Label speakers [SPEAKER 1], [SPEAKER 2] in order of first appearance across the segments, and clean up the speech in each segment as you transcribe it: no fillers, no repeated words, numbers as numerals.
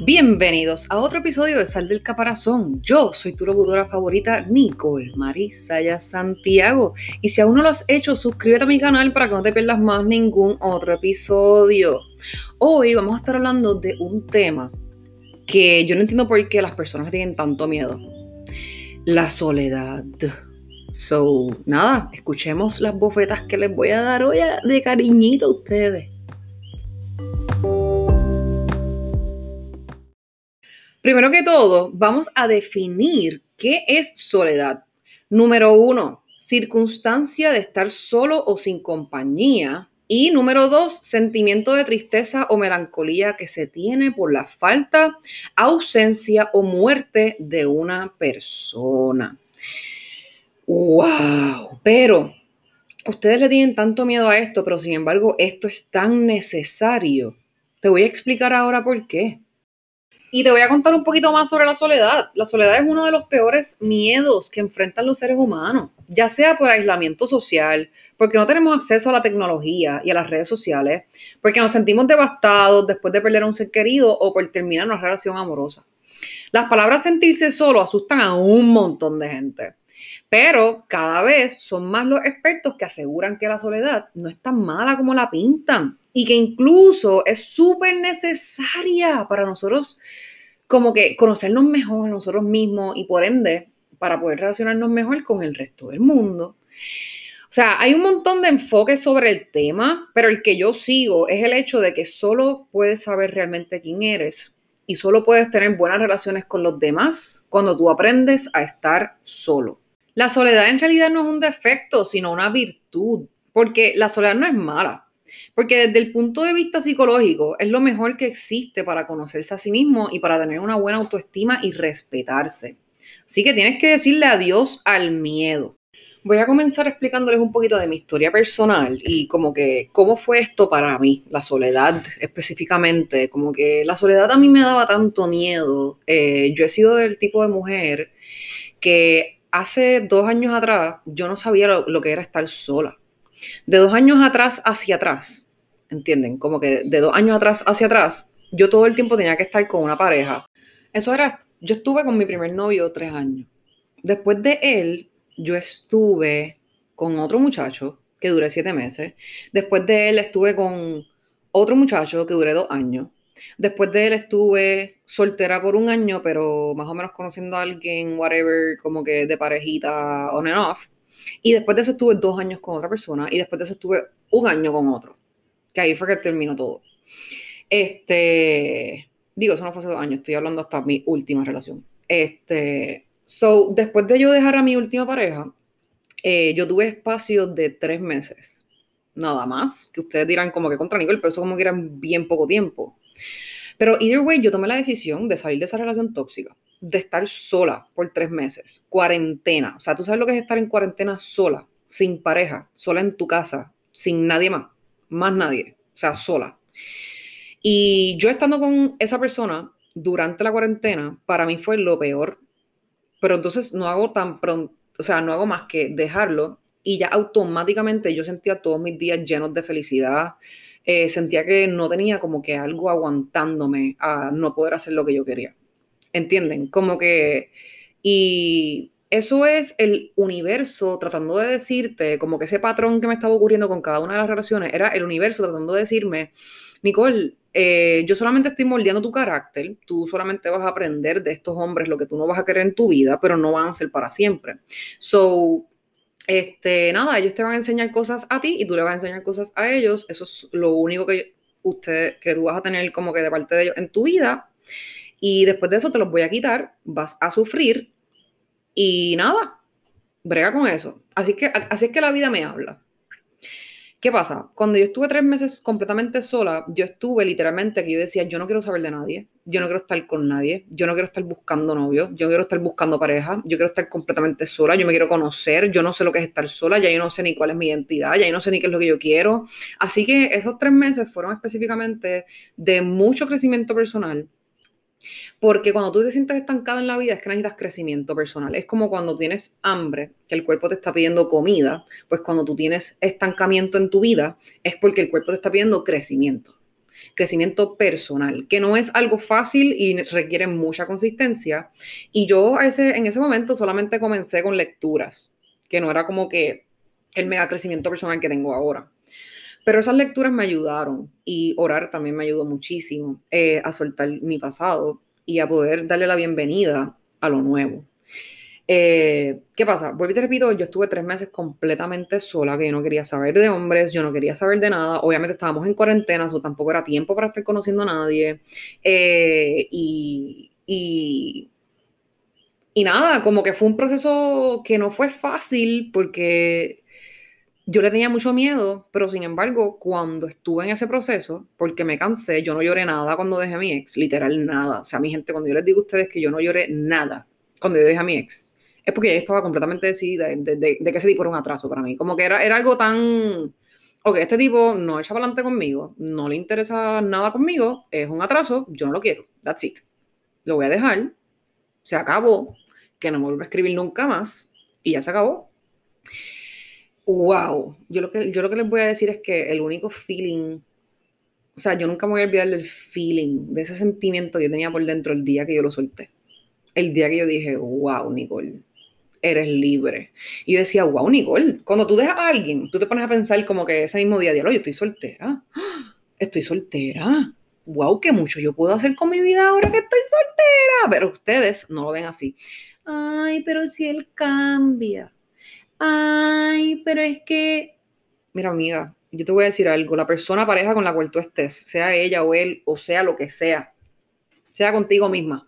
[SPEAKER 1] Bienvenidos a otro episodio de Sal del Caparazón. Yo soy tu locutora favorita, Nicole Marisaya Santiago. Y si aún no lo has hecho, suscríbete a mi canal para que no te pierdas más ningún otro episodio. Hoy vamos a estar hablando de un tema que yo no entiendo por qué las personas tienen tanto miedo. La soledad. Nada, escuchemos las bofetas que les voy a dar hoy de cariñito a ustedes. Primero que todo, vamos a definir qué es soledad. Número 1, circunstancia de estar solo o sin compañía. Y número 2, sentimiento de tristeza o melancolía que se tiene por la falta, ausencia o muerte de una persona. ¡Wow! Pero ustedes le tienen tanto miedo a esto, pero sin embargo esto es tan necesario. Te voy a explicar ahora por qué. Y te voy a contar un poquito más sobre la soledad. La soledad es uno de los peores miedos que enfrentan los seres humanos, ya sea por aislamiento social, porque no tenemos acceso a la tecnología y a las redes sociales, porque nos sentimos devastados después de perder a un ser querido o por terminar una relación amorosa. Las palabras sentirse solo asustan a un montón de gente, pero cada vez son más los expertos que aseguran que la soledad no es tan mala como la pintan y que incluso es súper necesaria para nosotros como que conocernos mejor nosotros mismos y por ende para poder relacionarnos mejor con el resto del mundo. O sea, hay un montón de enfoques sobre el tema, pero el que yo sigo es el hecho de que solo puedes saber realmente quién eres y solo puedes tener buenas relaciones con los demás cuando tú aprendes a estar solo. La soledad en realidad no es un defecto, sino una virtud, porque la soledad no es mala, porque desde el punto de vista psicológico es lo mejor que existe para conocerse a sí mismo y para tener una buena autoestima y respetarse. Así que tienes que decirle adiós al miedo. Voy a comenzar explicándoles un poquito de mi historia personal y como que cómo fue esto para mí, la soledad específicamente, como que la soledad a mí me daba tanto miedo. Yo he sido del tipo de mujer que hace 2 años atrás yo no sabía lo que era estar sola. De 2 años atrás hacia atrás, ¿entienden? Como que de 2 años atrás hacia atrás, yo todo el tiempo tenía que estar con una pareja. Eso era, yo estuve con mi primer novio 3 años. Después de él, yo estuve con otro muchacho que duré 7 meses. Después de él estuve con otro muchacho que duré 2 años. Después de él estuve soltera por 1 año, pero más o menos conociendo a alguien, whatever, como que de parejita on and off. Y después de eso estuve 2 años con otra persona y después de eso estuve 1 año con otro. Que ahí fue que terminó todo. Digo, eso no fue hace 2 años, estoy hablando hasta mi última relación. Después de yo dejar a mi última pareja, yo tuve espacio de 3 meses. Nada más, que ustedes dirán como que contra Nicole, pero eso como que era bien poco tiempo. Pero either way, yo tomé la decisión de salir de esa relación tóxica, de estar sola por 3 meses, cuarentena. O sea, tú sabes lo que es estar en cuarentena sola, sin pareja, sola en tu casa, sin nadie más nadie, o sea, sola. Y yo estando con esa persona durante la cuarentena, para mí fue lo peor, pero entonces no hago tan pronto, o sea, no hago más que dejarlo y ya automáticamente yo sentía todos mis días llenos de felicidad. Sentía que no tenía como que algo aguantándome a no poder hacer lo que yo quería. ¿Entienden? Como que, y eso es el universo tratando de decirte, como que ese patrón que me estaba ocurriendo con cada una de las relaciones, era el universo tratando de decirme, Nicole, yo solamente estoy moldeando tu carácter, tú solamente vas a aprender de estos hombres lo que tú no vas a querer en tu vida, pero no van a ser para siempre. Nada, ellos te van a enseñar cosas a ti y tú le vas a enseñar cosas a ellos. Eso es lo único que tú vas a tener como que de parte de ellos en tu vida. Y después de eso te los voy a quitar, vas a sufrir y nada, brega con eso. Así es que la vida me habla. ¿Qué pasa? Cuando yo estuve 3 meses completamente sola, yo estuve literalmente que yo decía, yo no quiero saber de nadie, yo no quiero estar con nadie, yo no quiero estar buscando novio, yo no quiero estar buscando pareja, yo quiero estar completamente sola, yo me quiero conocer, yo no sé lo que es estar sola, ya yo no sé ni cuál es mi identidad, ya yo no sé ni qué es lo que yo quiero. Así que esos 3 meses fueron específicamente de mucho crecimiento personal. Porque cuando tú te sientes estancada en la vida es que necesitas crecimiento personal. Es como cuando tienes hambre, que el cuerpo te está pidiendo comida, pues cuando tú tienes estancamiento en tu vida es porque el cuerpo te está pidiendo crecimiento. crecimiento personal, que no es algo fácil y requiere mucha consistencia. Y yo en ese momento solamente comencé con lecturas, que no era como que el mega crecimiento personal que tengo ahora. Pero esas lecturas me ayudaron y orar también me ayudó muchísimo a soltar mi pasado y a poder darle la bienvenida a lo nuevo. ¿Qué pasa? Vuelvo y te repito, yo estuve 3 meses completamente sola, que yo no quería saber de hombres, yo no quería saber de nada. Obviamente estábamos en cuarentena, eso tampoco era tiempo para estar conociendo a nadie. Y nada, como que fue un proceso que no fue fácil porque yo le tenía mucho miedo, pero sin embargo, cuando estuve en ese proceso, porque me cansé, yo no lloré nada cuando dejé a mi ex, literal nada. O sea, mi gente, cuando yo les digo a ustedes que yo no lloré nada cuando yo dejé a mi ex, es porque ya estaba completamente decidida de que ese tipo era un atraso para mí. Como que era algo tan, ok, este tipo no echa para adelante conmigo, no le interesa nada conmigo, es un atraso, yo no lo quiero, that's it. Lo voy a dejar, se acabó, que no me vuelva a escribir nunca más, y ya se acabó. Wow, yo lo que les voy a decir es que el único feeling, o sea, yo nunca me voy a olvidar del feeling, de ese sentimiento que yo tenía por dentro el día que yo lo solté. El día que yo dije, wow, Nicole, eres libre. Y yo decía, wow, Nicole, cuando tú dejas a alguien, tú te pones a pensar como que ese mismo día, diablo, yo estoy soltera. Estoy soltera. Wow, qué mucho yo puedo hacer con mi vida ahora que estoy soltera. Pero ustedes no lo ven así. Ay, pero si él cambia. Ay, pero es que, mira, amiga, yo te voy a decir algo. La persona pareja con la cual tú estés, sea ella o él, o sea lo que sea contigo misma.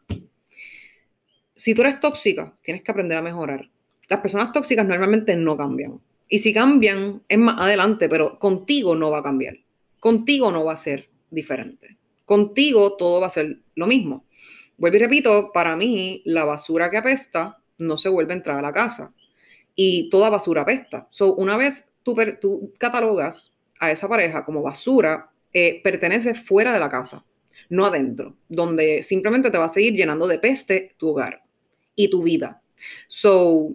[SPEAKER 1] Si tú eres tóxica, tienes que aprender a mejorar. Las personas tóxicas normalmente no cambian. Y si cambian, es más adelante, pero contigo no va a cambiar. Contigo no va a ser diferente. Contigo todo va a ser lo mismo. Vuelvo y repito, para mí, la basura que apesta no se vuelve a entrar a la casa. Y toda basura apesta. So, una vez tú catalogas a esa pareja como basura, pertenece fuera de la casa, no adentro, donde simplemente te va a seguir llenando de peste tu hogar y tu vida. So,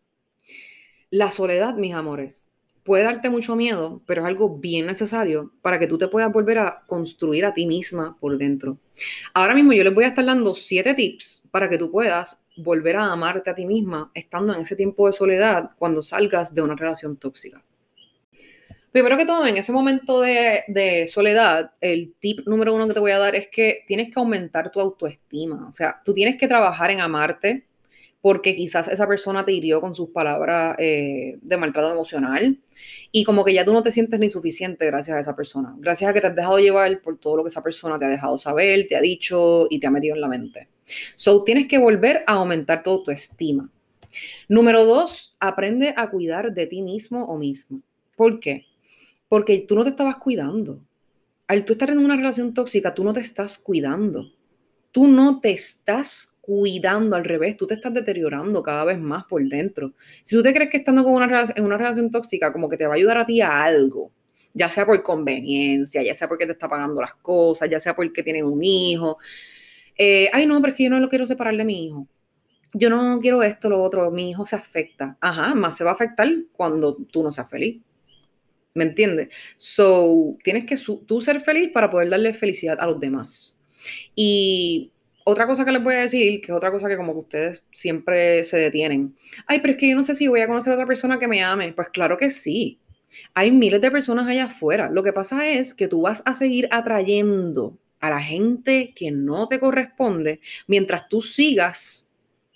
[SPEAKER 1] la soledad, mis amores, puede darte mucho miedo, pero es algo bien necesario para que tú te puedas volver a construir a ti misma por dentro. Ahora mismo yo les voy a estar dando 7 tips para que tú puedas volver a amarte a ti misma estando en ese tiempo de soledad cuando salgas de una relación tóxica. Primero que todo, en ese momento de soledad, el tip número 1 que te voy a dar es que tienes que aumentar tu autoestima. O sea, tú tienes que trabajar en amarte porque quizás esa persona te hirió con sus palabras de maltrato emocional y como que ya tú no te sientes ni suficiente gracias a esa persona. Gracias a que te has dejado llevar por todo lo que esa persona te ha dejado saber, te ha dicho y te ha metido en la mente. So, tienes que volver a aumentar tu autoestima. Número 2, aprende a cuidar de ti mismo o misma. ¿Por qué? Porque tú no te estabas cuidando. Al tú estar en una relación tóxica, tú no te estás cuidando. Tú no te estás cuidando, al revés, tú te estás deteriorando cada vez más por dentro. Si tú te crees que estando en una relación tóxica como que te va a ayudar a ti a algo, ya sea por conveniencia, ya sea porque te está pagando las cosas, ya sea porque tienen un hijo, ay no, pero es que yo no lo quiero separar de mi hijo. Yo no quiero esto, lo otro, mi hijo se afecta. Ajá, más se va a afectar cuando tú no seas feliz. ¿Me entiendes? So, tienes que tú ser feliz para poder darle felicidad a los demás. Y otra cosa que les voy a decir, que es otra cosa que como que ustedes siempre se detienen. Ay, pero es que yo no sé si voy a conocer a otra persona que me ame. Pues claro que sí. Hay miles de personas allá afuera. Lo que pasa es que tú vas a seguir atrayendo a la gente que no te corresponde mientras tú sigas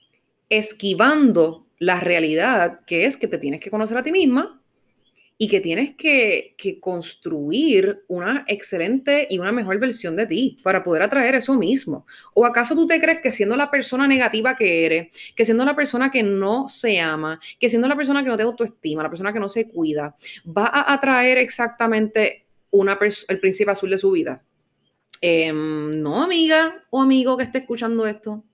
[SPEAKER 1] esquivando la realidad que es que te tienes que conocer a ti misma y que tienes que construir una excelente y una mejor versión de ti para poder atraer eso mismo. ¿O acaso tú te crees que siendo la persona negativa que eres, que siendo la persona que no se ama, que siendo la persona que no te autoestima, la persona que no se cuida, va a atraer exactamente el príncipe azul de su vida? No, amiga o amigo que esté escuchando esto.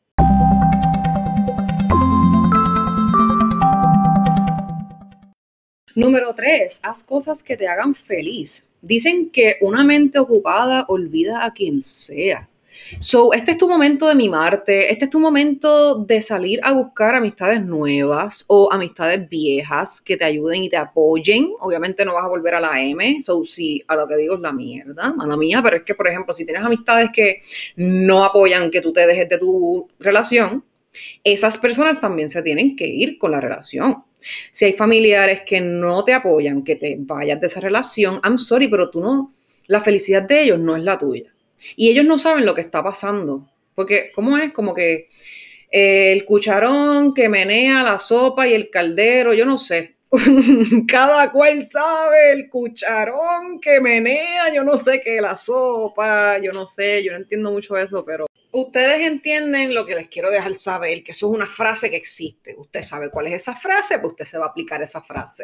[SPEAKER 1] Número 3, haz cosas que te hagan feliz. Dicen que una mente ocupada olvida a quien sea. So, este es tu momento de mimarte, este es tu momento de salir a buscar amistades nuevas o amistades viejas que te ayuden y te apoyen. Obviamente no vas a volver a la M, so si a lo que digo es la mierda, mala mía, pero es que, por ejemplo, si tienes amistades que no apoyan que tú te dejes de tu relación, esas personas también se tienen que ir con la relación. Si hay familiares que no te apoyan, que te vayas de esa relación, I'm sorry, pero tú no, la felicidad de ellos no es la tuya. Y ellos no saben lo que está pasando. Porque, ¿cómo es? Como que el cucharón que menea la sopa y el caldero, yo no sé. Cada cual sabe el cucharón que menea, yo no sé qué, la sopa, yo no sé, yo no entiendo mucho eso, pero ustedes entienden lo que les quiero dejar saber, que eso es una frase que existe. Usted sabe cuál es esa frase, pues usted se va a aplicar esa frase.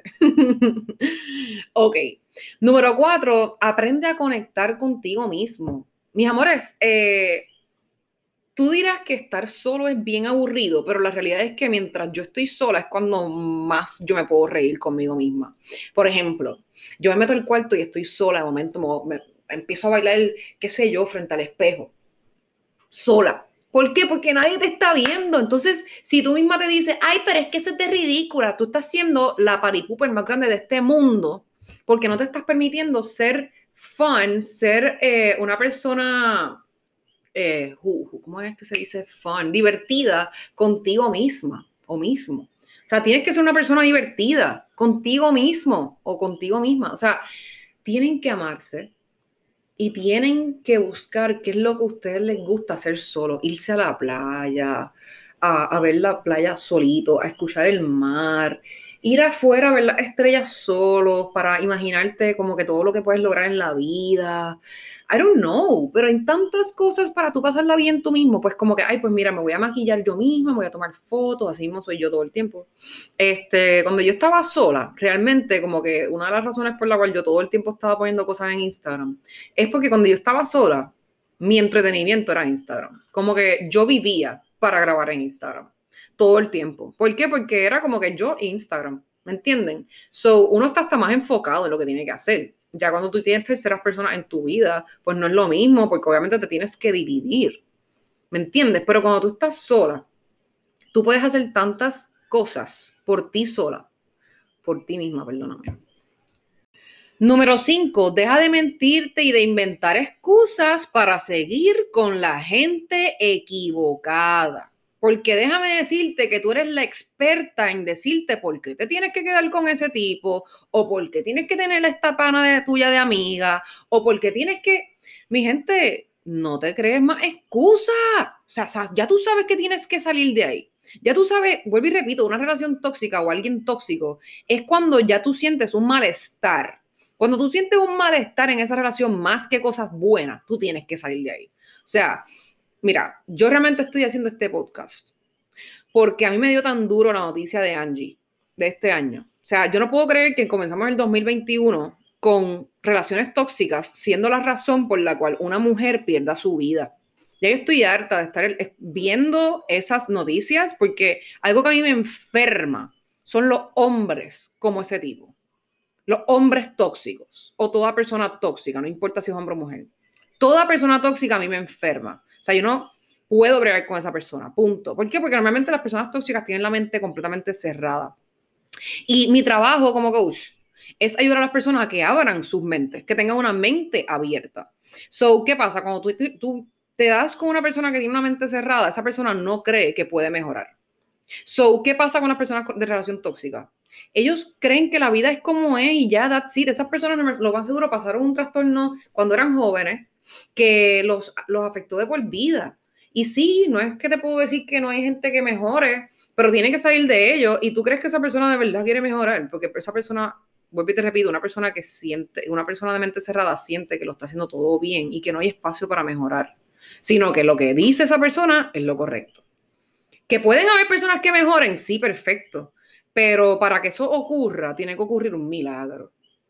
[SPEAKER 1] Ok. Número 4, aprende a conectar contigo mismo. Mis amores, tú dirás que estar solo es bien aburrido, pero la realidad es que mientras yo estoy sola es cuando más yo me puedo reír conmigo misma. Por ejemplo, yo me meto al cuarto y estoy sola, de momento me empiezo a bailar, qué sé yo, frente al espejo, sola. ¿Por qué? Porque nadie te está viendo. Entonces, si tú misma te dices, ay, pero es que eso es ridícula, tú estás siendo la paripuper más grande de este mundo porque no te estás permitiendo ser fun, ser una persona ¿cómo es que se dice fun? Divertida contigo misma o mismo. O sea, tienes que ser una persona divertida contigo mismo o contigo misma. O sea, tienen que amarse y tienen que buscar qué es lo que a ustedes les gusta hacer solo. Irse a la playa, a ver la playa solito, a escuchar el mar, ir afuera a ver las estrellas solo para imaginarte como que todo lo que puedes lograr en la vida. I don't know, pero hay tantas cosas para tú pasarla bien tú mismo, pues como que, ay, pues mira, me voy a maquillar yo misma, me voy a tomar fotos, así mismo soy yo todo el tiempo. Cuando yo estaba sola, realmente como que una de las razones por la cual yo todo el tiempo estaba poniendo cosas en Instagram es porque cuando yo estaba sola, mi entretenimiento era Instagram. Como que yo vivía para grabar en Instagram todo el tiempo. ¿Por qué? Porque era como que yo Instagram, ¿me entienden? So, uno está hasta más enfocado en lo que tiene que hacer. Ya cuando tú tienes terceras personas en tu vida, pues no es lo mismo, porque obviamente te tienes que dividir, ¿me entiendes? Pero cuando tú estás sola, tú puedes hacer tantas cosas por ti sola, por ti misma, perdóname. Número 5, deja de mentirte y de inventar excusas para seguir con la gente equivocada. Porque déjame decirte que tú eres la experta en decirte por qué te tienes que quedar con ese tipo, o por qué tienes que tener esta pana tuya de amiga, o por qué tienes que... Mi gente, no te crees más excusa. O sea, ya tú sabes que tienes que salir de ahí. Ya tú sabes, vuelvo y repito, una relación tóxica o alguien tóxico es cuando ya tú sientes un malestar. Cuando tú sientes un malestar en esa relación más que cosas buenas, tú tienes que salir de ahí. O sea, mira, yo realmente estoy haciendo este podcast porque a mí me dio tan duro la noticia de Angie de este año. O sea, yo no puedo creer que comenzamos el 2021 con relaciones tóxicas siendo la razón por la cual una mujer pierda su vida. Ya yo estoy harta de estar viendo esas noticias porque algo que a mí me enferma son los hombres como ese tipo. Los hombres tóxicos o toda persona tóxica, no importa si es hombre o mujer. Toda persona tóxica a mí me enferma. O sea, yo no puedo bregar con esa persona, punto. ¿Por qué? Porque normalmente las personas tóxicas tienen la mente completamente cerrada. Y mi trabajo como coach es ayudar a las personas a que abran sus mentes, que tengan una mente abierta. So, ¿qué pasa? Cuando tú te das con una persona que tiene una mente cerrada, esa persona no cree que puede mejorar. So, ¿qué pasa con las personas de relación tóxica? Ellos creen que la vida es como es y ya, that's it. Esas personas lo más seguro pasaron un trastorno cuando eran jóvenes que los afectó de por vida. Y sí, no es que te puedo decir que no hay gente que mejore, pero tiene que salir de ello. Y tú crees que esa persona de verdad quiere mejorar, porque esa persona, vuelvo y te repito, una persona que siente, una persona de mente cerrada siente que lo está haciendo todo bien y que no hay espacio para mejorar, sino que lo que dice esa persona es lo correcto. Que pueden haber personas que mejoren, sí, perfecto. Pero para que eso ocurra, tiene que ocurrir un milagro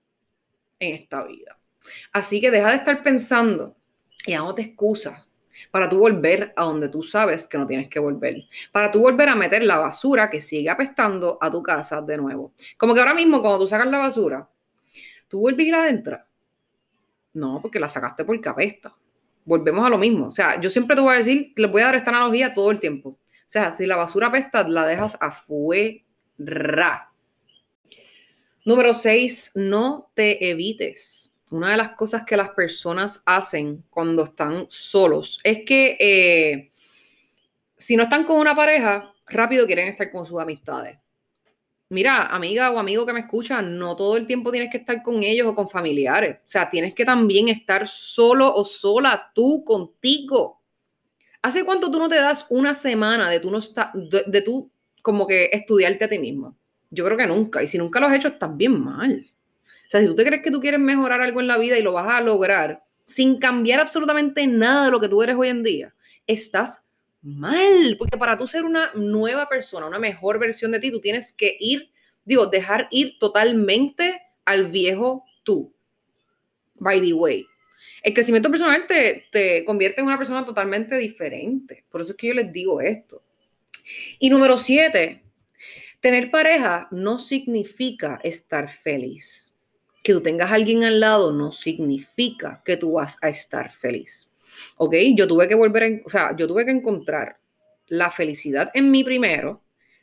[SPEAKER 1] en esta vida. Así que deja de estar pensando y dándote excusas para tú volver a donde tú sabes que no tienes que volver. Para tú volver a meter la basura que sigue apestando a tu casa de nuevo. Como que ahora mismo cuando tú sacas la basura, tú vuelves a ir adentro. No, porque la sacaste porque apesta. volvemos a lo mismo. O sea, yo siempre te voy a decir, les voy a dar esta analogía todo el tiempo. O sea, si la basura apesta, la dejas afuera. Número 6, no te evites. Una de las cosas que las personas hacen cuando están solos es que si no están con una pareja, rápido quieren estar con sus amistades. Mira, amiga o amigo que me escucha, no todo el tiempo tienes que estar con ellos o con familiares. O sea, tienes que también estar solo o sola, tú contigo. ¿Hace cuánto tú no te das una semana de tú no de tú como que estudiarte a ti mismo? Yo creo que nunca. Y si nunca lo has hecho, estás bien mal. O sea, si tú te crees que tú quieres mejorar algo en la vida y lo vas a lograr sin cambiar absolutamente nada de lo que tú eres hoy en día, estás mal. Porque para tú ser una nueva persona, una mejor versión de ti, tú tienes que dejar ir totalmente al viejo tú. By the way. El crecimiento personal te convierte en una persona totalmente diferente. Por eso es que yo les digo esto. Y número 7, tener pareja no significa estar feliz. Que tú tengas a alguien al lado no significa que tú vas a estar feliz. ¿Ok? Yo tuve que yo tuve que encontrar la felicidad en mí primero.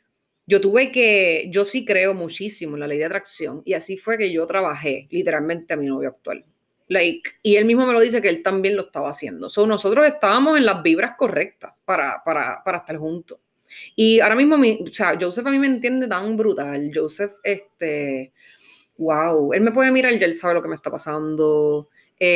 [SPEAKER 1] Yo sí creo muchísimo en la ley de atracción y así fue que yo trabajé literalmente a mi novio actual. Y él mismo me lo dice que él también lo estaba haciendo. So, nosotros estábamos en las vibras correctas para estar juntos. Y ahora mismo, Joseph a mí me entiende tan brutal. Joseph, wow, él me puede mirar y él sabe lo que me está pasando.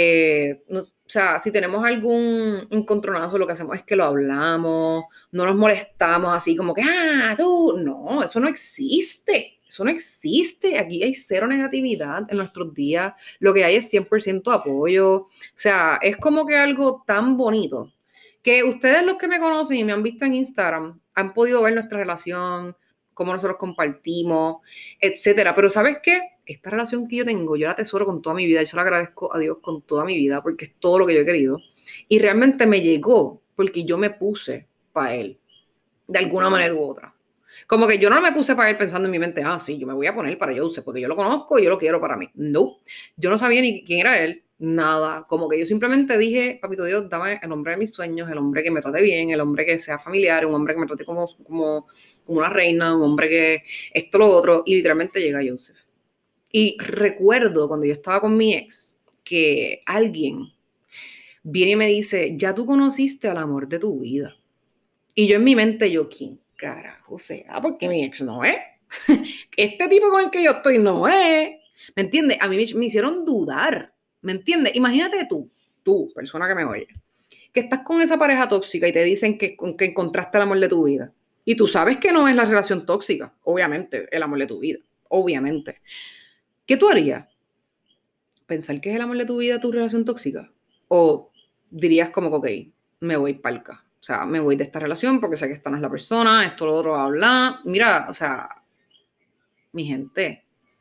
[SPEAKER 1] O sea, si tenemos algún encontronazo, lo que hacemos es que lo hablamos, no nos molestamos así como que, tú, no, eso no existe. Eso no existe. Aquí hay cero negatividad en nuestros días. Lo que hay es 100% apoyo. O sea, es como que algo tan bonito que ustedes los que me conocen y me han visto en Instagram han podido ver nuestra relación, cómo nosotros compartimos, etcétera. Pero ¿sabes qué? Esta relación que yo tengo, yo la atesoro con toda mi vida y yo la agradezco a Dios con toda mi vida porque es todo lo que yo he querido. Y realmente me llegó porque yo me puse para él, de alguna manera u otra. Como que yo no me puse para él pensando en mi mente, sí, yo me voy a poner para Joseph porque yo lo conozco y yo lo quiero para mí. No, yo no sabía ni quién era él, nada. Como que yo simplemente dije, papito Dios, dame el hombre de mis sueños, el hombre que me trate bien, el hombre que sea familiar, un hombre que me trate como una reina, un hombre que esto, lo otro. Y literalmente llega Joseph. Y recuerdo cuando yo estaba con mi ex, que alguien viene y me dice, ya tú conociste al amor de tu vida. Y yo en mi mente, ¿quién carajo sea? Porque mi ex no es. Este tipo con el que yo estoy no es. ¿Me entiendes? A mí me hicieron dudar. ¿Me entiendes? Imagínate tú, persona que me oye, que estás con esa pareja tóxica y te dicen que encontraste el amor de tu vida. Y tú sabes que no es la relación tóxica. Obviamente, el amor de tu vida. Obviamente. ¿Qué tú harías? ¿Pensar que es el amor de tu vida tu relación tóxica? ¿O dirías como que, ok, me voy palca? O sea, me voy de esta relación porque sé que esta no es la persona, esto, lo otro, habla. Mira, o sea, mi gente.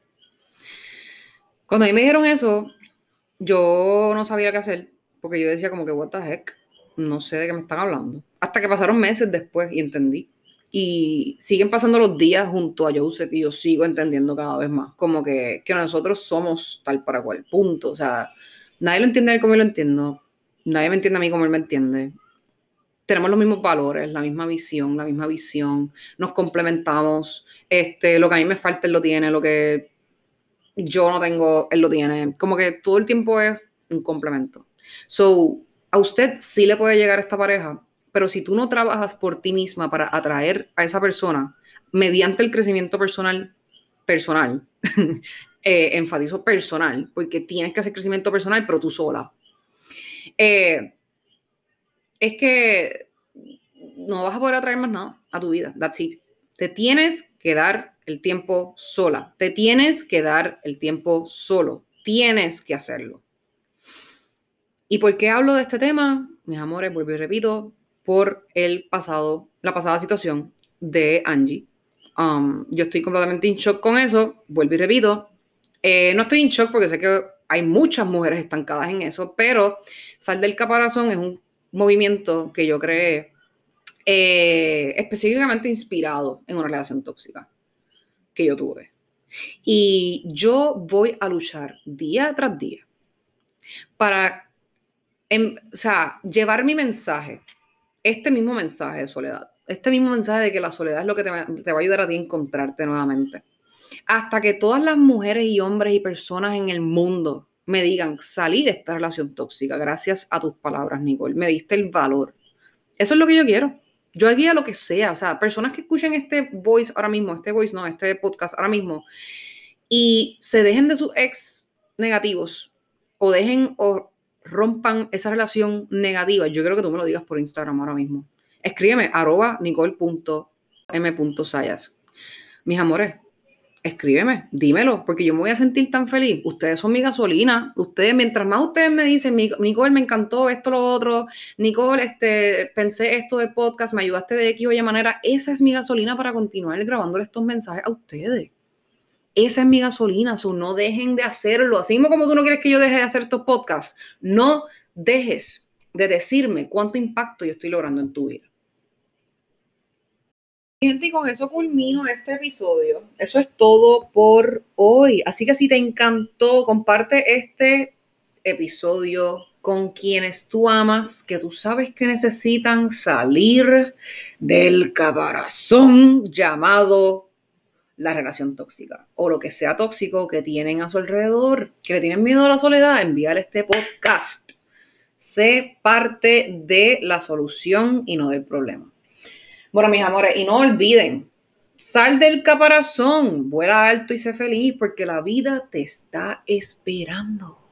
[SPEAKER 1] Cuando a mí me dijeron eso, yo no sabía qué hacer porque yo decía como que, what the heck, no sé de qué me están hablando. Hasta que pasaron meses después y entendí. Y siguen pasando los días junto a Joseph y yo sigo entendiendo cada vez más como que nosotros somos tal para cual, punto. O sea, nadie lo entiende como yo lo entiendo, nadie me entiende a mí como él me entiende. Tenemos los mismos valores, la misma visión, nos complementamos. Lo que a mí me falta, él lo tiene, lo que yo no tengo, él lo tiene. Como que todo el tiempo es un complemento. So, a usted sí le puede llegar esta pareja, pero si tú no trabajas por ti misma para atraer a esa persona mediante el crecimiento personal, enfatizo personal, porque tienes que hacer crecimiento personal, pero tú sola. Es que no vas a poder atraer más nada a tu vida. That's it. Te tienes que dar el tiempo sola. Te tienes que dar el tiempo solo. Tienes que hacerlo. ¿Y por qué hablo de este tema? Mis amores, vuelvo y repito, por la pasada situación de Angie. Yo estoy completamente en shock con eso. Vuelvo y repito. No estoy en shock porque sé que hay muchas mujeres estancadas en eso, pero Sal del Caparazón es un movimiento que yo creé específicamente inspirado en una relación tóxica que yo tuve. Y yo voy a luchar día tras día para O sea, llevar mi mensaje, este mismo mensaje de soledad, este mismo mensaje de que la soledad es lo que te va a ayudar a ti a encontrarte nuevamente. Hasta que todas las mujeres y hombres y personas en el mundo me digan, salí de esta relación tóxica gracias a tus palabras, Nicole, me diste el valor. Eso es lo que yo quiero. Yo haría lo que sea, o sea, personas que escuchen este voice ahora mismo, este podcast ahora mismo, y se dejen de sus ex negativos, o dejen o rompan esa relación negativa. Yo quiero que tú me lo digas por Instagram ahora mismo. Escríbeme, @nicole.m.sayas. Mis amores, escríbeme, dímelo, porque yo me voy a sentir tan feliz. Ustedes son mi gasolina. Ustedes, mientras más ustedes me dicen, Nicole, me encantó esto, lo otro, Nicole, pensé esto del podcast, me ayudaste de X o Y manera, esa es mi gasolina para continuar grabándole estos mensajes a ustedes. Esa es mi gasolina, so no dejen de hacerlo. Así mismo como tú no quieres que yo deje de hacer estos podcasts, no dejes de decirme cuánto impacto yo estoy logrando en tu vida. Gente, y con eso culmino este episodio. Eso es todo por hoy. Así que si te encantó, comparte este episodio con quienes tú amas, que tú sabes que necesitan salir del caparazón llamado la relación tóxica o lo que sea tóxico que tienen a su alrededor, que le tienen miedo a la soledad. Envíale este podcast. Sé parte de la solución y no del problema. Bueno, mis amores, y no olviden, sal del caparazón, vuela alto y sé feliz porque la vida te está esperando.